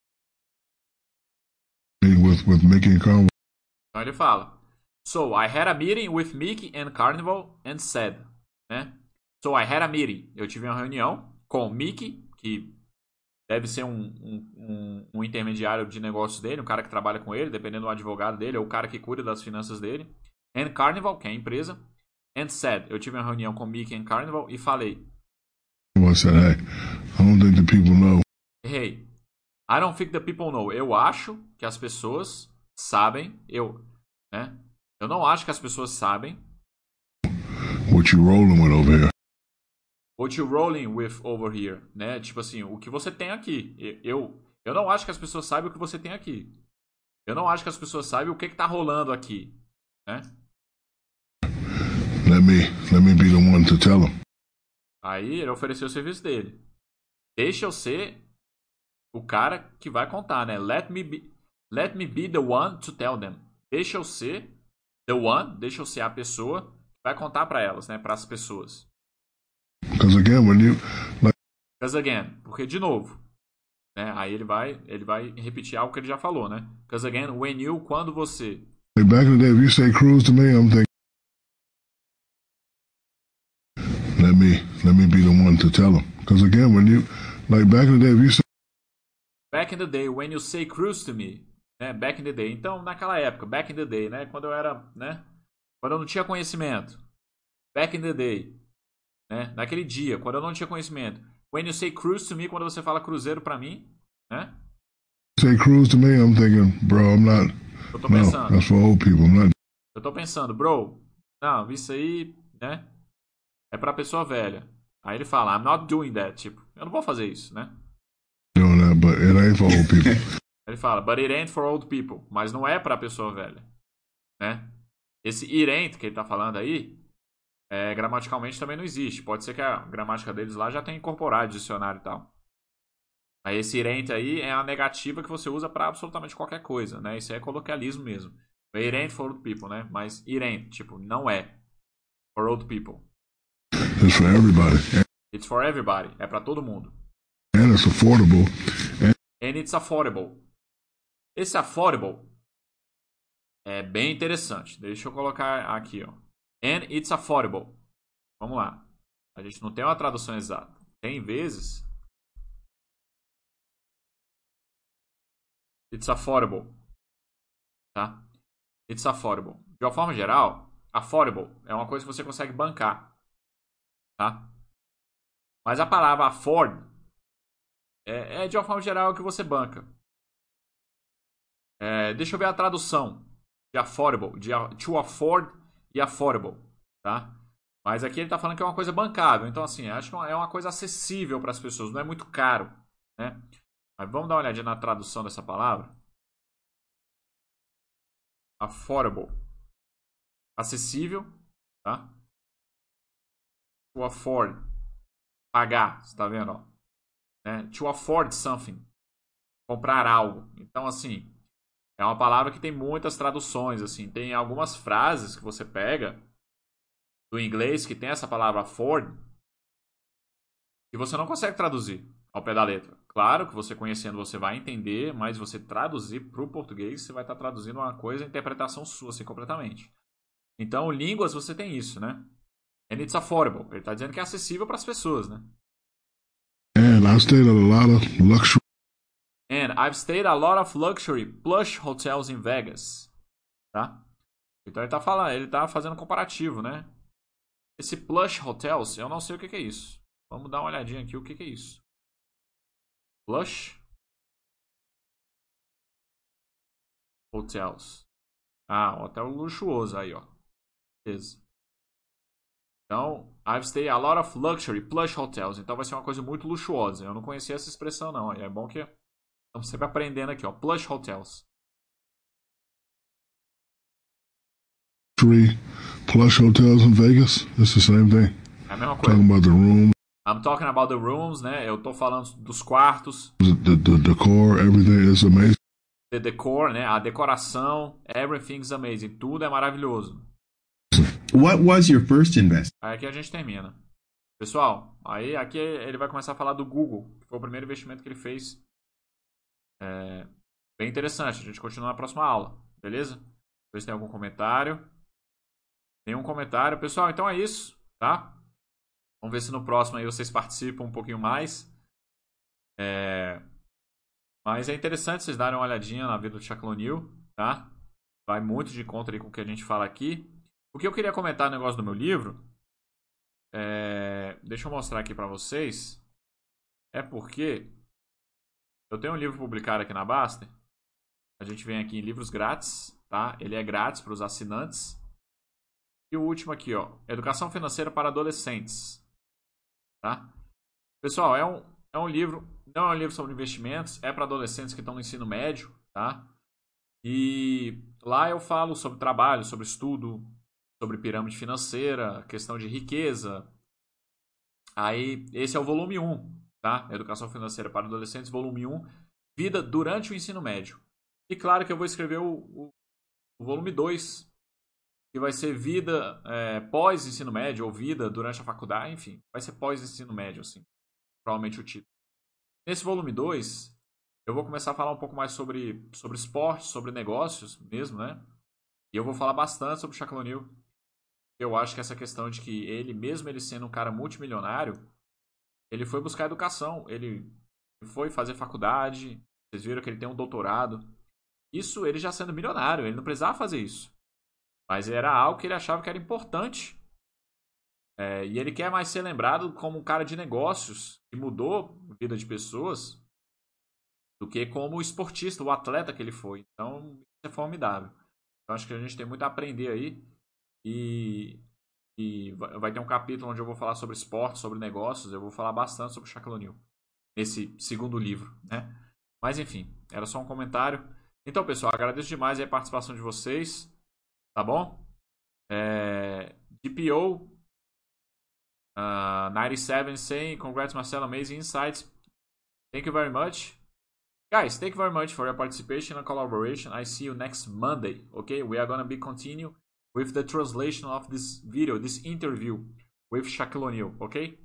with, with Mickey and Conway. Então ele fala: So, I had a meeting with Mickey and Carnival and said, né? So, I had a meeting. Eu tive uma reunião com o Mickey, que deve ser um, um, um, um intermediário de negócios dele, um cara que trabalha com ele, dependendo do advogado dele, ou o cara que cuida das finanças dele. And Carnival, que é a empresa. And said, eu tive uma reunião com Mickey and Carnival e falei: I said, hey, I don't think the people know. Hey, I don't think the people know. Eu acho que as pessoas sabem, eu, né? Eu não acho que as pessoas sabem what you rolling with over here. What you rolling with over here, né? Tipo assim, o que você tem aqui. Eu, eu não acho que as pessoas sabem o que você tem aqui. Eu não acho que as pessoas sabem o que que tá rolando aqui, né? Let me, let me be the one to tell them. Aí ele ofereceu o serviço dele. Deixa eu ser o cara que vai contar, né? Let me be, let me be the one to tell them. Deixa eu ser the one, deixa eu ser a pessoa que vai contar para elas, né? Para as pessoas. Because again, when you, like, Because again, porque de novo, né? Aí ele vai, ele vai repetir algo que ele já falou, né? Because again, when you, quando você. back in the day, if you say cruise to me, I'm thinking, let me, let me be the one to tell them. Because again, when you, like back in the day, if you say Back in the day, when you say cruise to me, né? Back in the day. Então, naquela época, back in the day, né? Quando eu era, né? Quando eu não tinha conhecimento. Back in the day, né? Naquele dia, quando eu não tinha conhecimento. When you say cruise to me, quando você fala cruzeiro pra mim, né? say cruise to me, I'm thinking, bro, I'm not. Eu tô No, pensando, that's for old people. I'm not eu tô pensando, bro, não, isso aí, né? É pra pessoa velha. Aí ele fala, I'm not doing that, tipo, eu não vou fazer isso, né? doing that, but it ain't for old people. Ele fala, but it ain't for old people. Mas não é pra pessoa velha, né? Esse it ain't que ele tá falando aí, é, gramaticalmente também não existe. Pode ser que a gramática deles lá já tenha incorporado dicionário e tal. Aí esse it ain't aí é a negativa que você usa pra absolutamente qualquer coisa, né? Isso é coloquialismo mesmo. It ain't for old people, né? Mas it ain't, tipo, não é for old people. It's for everybody, It's for everybody. É pra todo mundo. and it's affordable. And it's affordable. Esse affordable é bem interessante. Deixa eu colocar aqui, ó. And it's affordable. Vamos lá. A gente não tem uma tradução exata. Tem vezes. It's affordable. Tá? It's affordable. De uma forma geral, affordable é uma coisa que você consegue bancar. Tá? Mas a palavra afford é, é de uma forma geral o que você banca. É, deixa eu ver a tradução de affordable, de to afford e affordable, tá? Mas aqui ele está falando que é uma coisa bancável. Então, assim, acho que é uma coisa acessível para as pessoas, não é muito caro, né? Mas vamos dar uma olhadinha na tradução dessa palavra. Affordable. Acessível, tá? To afford. Pagar, você tá vendo, ó? Né? To afford something. Comprar algo. Então, assim, é uma palavra que tem muitas traduções, assim. Tem algumas frases que você pega do inglês que tem essa palavra afford e você não consegue traduzir ao pé da letra. Claro que você conhecendo você vai entender, mas você traduzir para o português, você vai estar traduzindo uma coisa, interpretação sua, assim, completamente. Então, línguas você tem isso, né? And it's affordable. Ele está dizendo que é acessível para as pessoas, né? And I stayed at a lot of luxury. And I've stayed a lot of luxury plush hotels in Vegas. Tá? Então ele está falando, ele tá fazendo comparativo, né? Esse plush hotels, eu não sei o que, que é isso. Vamos dar uma olhadinha aqui o que, que é isso. Plush hotels. Ah, um hotel luxuoso aí, ó. Beleza. Então, I've stayed a lot of luxury plush hotels. Então vai ser uma coisa muito luxuosa. Eu não conhecia essa expressão, não. É bom que estamos sempre aprendendo aqui, ó. Plush hotels. Plush hotels in Vegas. It's the same thing. É a mesma coisa. Talking about the room. I'm talking about the rooms, né? Eu tô falando dos quartos. The, the decor, everything is amazing. The decor, né? A decoração. Everything's amazing. Tudo é maravilhoso. What was your first investment? Aí aqui a gente termina. Pessoal, aí aqui ele vai começar a falar do Google, que foi o primeiro investimento que ele fez. É bem interessante. A gente continua na próxima aula, beleza? Ver se tem algum comentário. Nenhum comentário. Pessoal, então é isso, tá? Vamos ver se no próximo aí vocês participam um pouquinho mais. É... Mas é interessante vocês darem uma olhadinha na vida do Shaquille O'Neal, tá? Vai muito de conta aí com o que a gente fala aqui. O que eu queria comentar no negócio do meu livro, é... deixa eu mostrar aqui pra vocês, é porque eu tenho um livro publicado aqui na Baster. A gente vem aqui em livros grátis, tá? Ele é grátis para os assinantes. E o último aqui, ó, Educação Financeira para Adolescentes. Tá? Pessoal, é um, é um livro, não é um livro sobre investimentos, é para adolescentes que estão no ensino médio, tá? E lá eu falo sobre trabalho, sobre estudo, sobre pirâmide financeira, questão de riqueza. Aí, esse é o volume um, tá? Educação Financeira para Adolescentes, volume um, Vida durante o ensino médio. E claro que eu vou escrever o, o, o volume dois, que vai ser vida é, pós-ensino médio, ou vida durante a faculdade, enfim, vai ser pós-ensino médio, assim, provavelmente o título. Nesse volume dois, eu vou começar a falar um pouco mais sobre, sobre esporte, sobre negócios mesmo, né? E eu vou falar bastante sobre o Shaquille O'Neal. Eu acho que essa questão de que ele, mesmo ele sendo um cara multimilionário, ele foi buscar educação, ele foi fazer faculdade, vocês viram que ele tem um doutorado. Isso ele já sendo milionário, ele não precisava fazer isso. Mas era algo que ele achava que era importante. É, e ele quer mais ser lembrado como um cara de negócios que mudou a vida de pessoas do que como o esportista, o atleta que ele foi. Então, isso é formidável. Então, acho que a gente tem muito a aprender aí. E, e vai ter um capítulo onde eu vou falar sobre esporte, sobre negócios. Eu vou falar bastante sobre o Shaquille O'Neal nesse segundo livro, né? Mas, enfim, era só um comentário. Então, pessoal, agradeço demais a participação de vocês. Tá bom? É, D P O uh, ninety-seven saying, congrats Marcelo, amazing insights. Thank you very much. Guys, thank you very much for your participation and collaboration. I see you next Monday. Okay, we are gonna be continue with the translation of this video, this interview with Shaquille O'Neal. Okay?